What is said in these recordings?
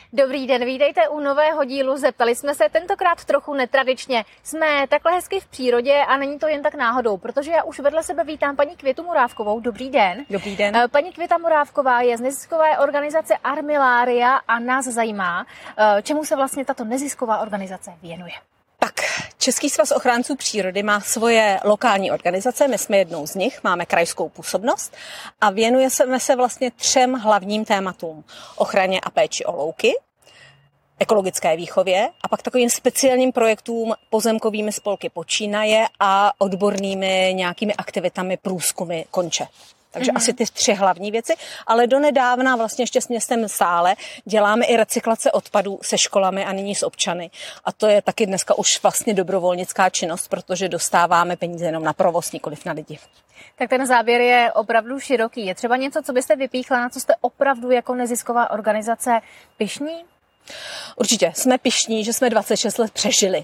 Dobrý den, vítejte u nového dílu. Zeptali jsme se tentokrát trochu netradičně. Jsme takhle hezky v přírodě a není to jen tak náhodou, protože já už vedle sebe vítám paní Květu Morávkovou. Dobrý den. Dobrý den. Paní Květa Morávková je z neziskové organizace Armillaria a nás zajímá, čemu se vlastně tato nezisková organizace věnuje. Tak, Český svaz ochránců přírody má svoje lokální organizace, my jsme jednou z nich, máme krajskou působnost a věnujeme se vlastně 3 hlavním tématům. Ochraně a péči o louky, ekologické výchově a pak takovým speciálním projektům pozemkovými spolky počínaje a odbornými nějakými aktivitami průzkumy konče. Takže asi ty 3 hlavní věci, ale donedávna vlastně ještě s městem Sále děláme i recyklace odpadů se školami a nyní s občany. A to je taky dneska už vlastně dobrovolnická činnost, protože dostáváme peníze jenom na provoz, nikoliv na lidi. Tak ten záběr je opravdu široký. Je třeba něco, co byste vypíchla, na co jste opravdu jako nezisková organizace pyšní? Určitě, jsme pyšní, že jsme 26 let přežili.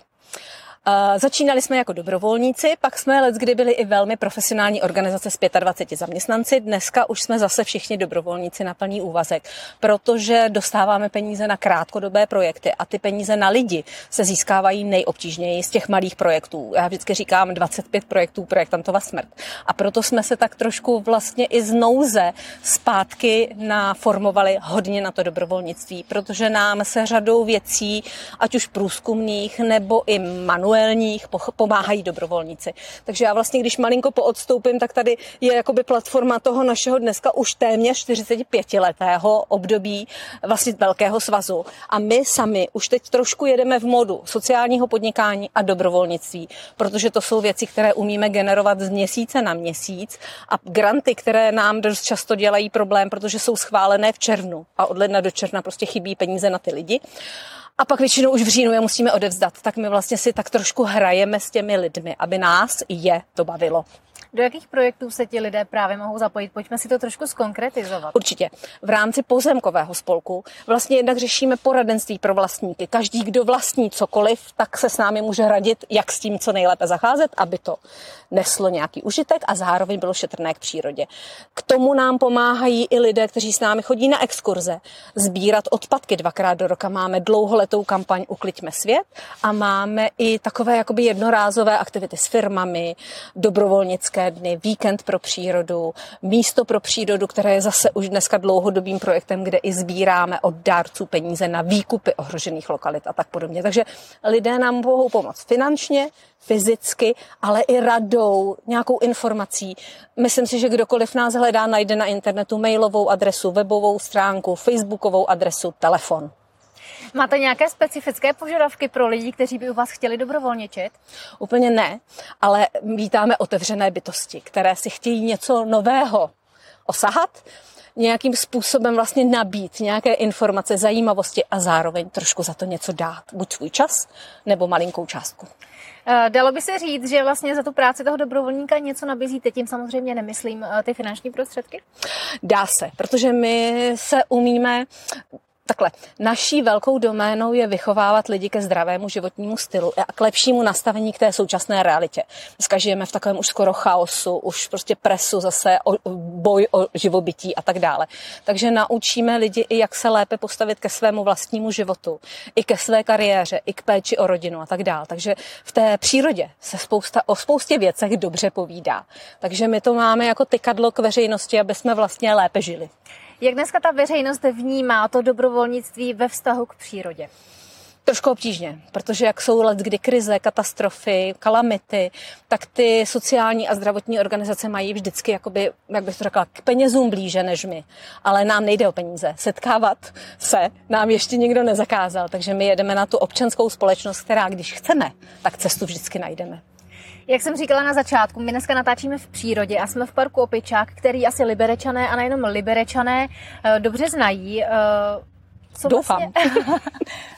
Začínali jsme jako dobrovolníci, pak jsme leckdy byli i velmi profesionální organizace s 25 zaměstnanci. Dneska už jsme zase všichni dobrovolníci na plný úvazek, protože dostáváme peníze na krátkodobé projekty a ty peníze na lidi se získávají nejobtížněji z těch malých projektů. Já vždycky říkám 25 projektů, projektantova smrt. A proto jsme se tak trošku vlastně i z nouze zpátky naformovali hodně na to dobrovolnictví, protože nám se řadou věcí, ať už průzkumných nebo i manuálních, pomáhají dobrovolníci. Takže já vlastně, když malinko poodstoupím, tak tady je jakoby platforma toho našeho dneska už téměř 45letého období vlastně velkého svazu. A my sami už teď trošku jedeme v modu sociálního podnikání a dobrovolnictví, protože to jsou věci, které umíme generovat z měsíce na měsíc a granty, které nám dost často dělají problém, protože jsou schválené v červnu a od ledna do června prostě chybí peníze na ty lidi. A pak většinou už v říjnu je musíme odevzdat. Tak my vlastně si tak trošku hrajeme s těmi lidmi, aby nás je to bavilo. Do jakých projektů se ti lidé právě mohou zapojit? Pojďme si to trošku zkonkretizovat. Určitě. V rámci pozemkového spolku vlastně jednak řešíme poradenství pro vlastníky. Každý, kdo vlastní cokoliv, tak se s námi může radit, jak s tím co nejlépe zacházet, aby to neslo nějaký užitek a zároveň bylo šetrné k přírodě. K tomu nám pomáhají i lidé, kteří s námi chodí na exkurze, sbírat odpadky 2krát do roka. Máme dlouholetou kampaň Ukliďme svět a máme i takové jakoby jednorázové aktivity s firmami, dobrovolnické dny, víkend pro přírodu, místo pro přírodu, které je zase už dneska dlouhodobým projektem, kde i sbíráme od dárců peníze na výkupy ohrožených lokalit a tak podobně. Takže lidé nám mohou pomoct finančně, fyzicky, ale i radou, nějakou informací. Myslím si, že kdokoliv nás hledá, najde na internetu mailovou adresu, webovou stránku, facebookovou adresu, telefon. Máte nějaké specifické požadavky pro lidi, kteří by u vás chtěli dobrovolničit? Úplně ne, ale vítáme otevřené bytosti, které si chtějí něco nového osahat, nějakým způsobem vlastně nabít nějaké informace, zajímavosti a zároveň trošku za to něco dát. Buď svůj čas, nebo malinkou částku. Dalo by se říct, že vlastně za tu práci toho dobrovolníka něco nabízíte, tím samozřejmě nemyslím ty finanční prostředky? Dá se, protože my se umíme. Takhle, naší velkou doménou je vychovávat lidi ke zdravému životnímu stylu a k lepšímu nastavení k té současné realitě. Dneska žijeme v takovém už skoro chaosu, už prostě presu zase, boj o živobytí a tak dále. Takže naučíme lidi i jak se lépe postavit ke svému vlastnímu životu, i ke své kariéře, i k péči o rodinu a tak dále. Takže v té přírodě se o spoustě věcech dobře povídá. Takže my to máme jako tykadlo k veřejnosti, aby jsme vlastně lépe žili. Jak dneska ta veřejnost vnímá to dobrovolnictví ve vztahu k přírodě? Trošku obtížně, protože jak jsou letkdy krize, katastrofy, kalamity, tak ty sociální a zdravotní organizace mají vždycky, jakoby, jak bych to řekla, k penězům blíže než my. Ale nám nejde o peníze. Setkávat se nám ještě nikdo nezakázal, takže my jedeme na tu občanskou společnost, která když chceme, tak cestu vždycky najdeme. Jak jsem říkala na začátku, my dneska natáčíme v přírodě a jsme v parku Opičák, který asi Liberečané a nejenom Liberečané dobře znají. Doufám.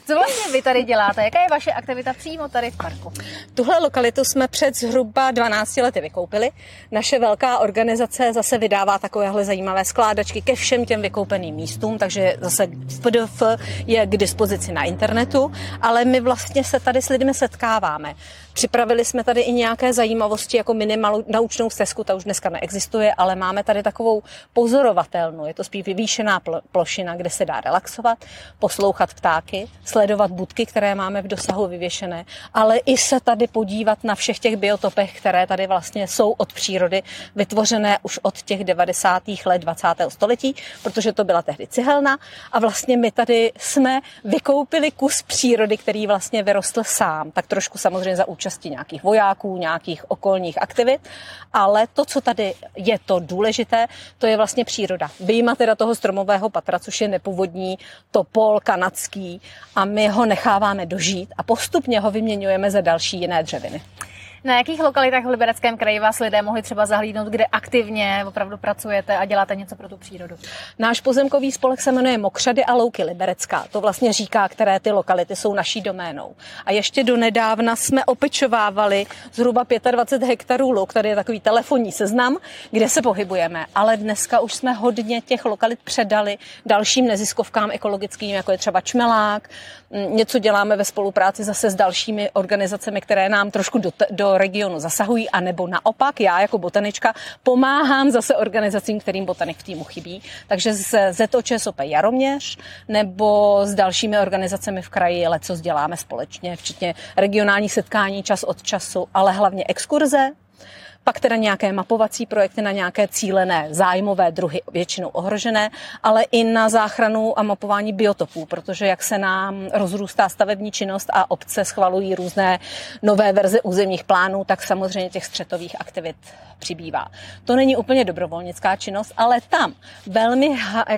Co vlastně vy tady děláte? Jaká je vaše aktivita přímo tady v parku? Tuhle lokalitu jsme před zhruba 12 lety vykoupili. Naše velká organizace zase vydává takovéhle zajímavé skládačky ke všem těm vykoupeným místům, takže zase PDF je k dispozici na internetu, ale my vlastně se tady s lidmi setkáváme. Připravili jsme tady i nějaké zajímavosti, jako naučnou stezku, ta už dneska neexistuje, ale máme tady takovou pozorovatelnu. Je to spíš vyvýšená plošina, kde se dá relaxovat, poslouchat ptáky, sledovat budky, které máme v dosahu vyvěšené, ale i se tady podívat na všech těch biotopech, které tady vlastně jsou od přírody, vytvořené už od těch 90. let 20. století, protože to byla tehdy cihelna a vlastně my tady jsme vykoupili kus přírody, který vlastně vyrostl sám, tak trošku samozřejmě za účasti nějakých vojáků, nějakých okolních aktivit, ale to, co tady je to důležité, to je vlastně příroda. Vyjma teda toho stromového patra, což je nepůvodní topol kanadský a my ho necháváme dožít a postupně ho vyměňujeme za další jiné dřeviny. Na jakých lokalitách v Libereckém kraji vás lidé mohli třeba zahlídnout, kde aktivně opravdu pracujete a děláte něco pro tu přírodu? Náš pozemkový spolek se jmenuje Mokřady a louky Liberecká. To vlastně říká, které ty lokality jsou naší doménou. A ještě donedávna jsme opečovávali zhruba 25 hektarů luk. Tady je takový telefonní seznam, kde se pohybujeme. Ale dneska už jsme hodně těch lokalit předali dalším neziskovkám ekologickým, jako je třeba Čmelák. Něco děláme ve spolupráci zase s dalšími organizacemi, které nám trošku do regionu zasahují, anebo naopak já jako botanička pomáhám zase organizacím, kterým botanik v týmu chybí. Takže z ZOČSOP Jaroměř nebo s dalšími organizacemi v kraji lecos děláme společně, včetně regionálních setkání čas od času, ale hlavně exkurze. Pak teda nějaké mapovací projekty na nějaké cílené zájmové druhy, většinou ohrožené, ale i na záchranu a mapování biotopů, protože jak se nám rozrůstá stavební činnost a obce schvalují různé nové verze územních plánů, tak samozřejmě těch střetových aktivit přibývá. To není úplně dobrovolnická činnost, ale tam velmi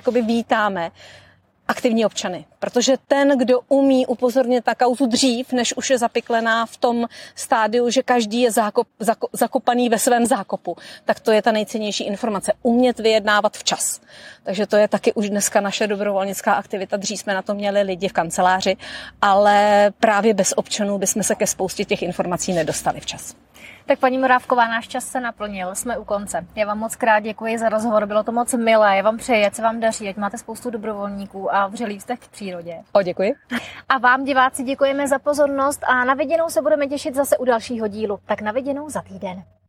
vítáme aktivní občany, protože ten, kdo umí upozornit na kauzu dřív, než už je zapiklená v tom stádiu, že každý je zakopaný ve svém zákopu, tak to je ta nejcennější informace. Umět vyjednávat včas. Takže to je taky už dneska naše dobrovolnická aktivita. Dřív jsme na to měli lidi v kanceláři, ale právě bez občanů bychom se ke spoustě těch informací nedostali včas. Tak paní Morávková, náš čas se naplnil, jsme u konce. Já vám moc krát děkuji za rozhovor, bylo to moc milé, já vám přeji, ať se vám daří, ať máte spoustu dobrovolníků a vřelý vztah k přírodě. Děkuji. A vám, diváci, děkujeme za pozornost a na viděnou se budeme těšit zase u dalšího dílu. Tak na viděnou za týden.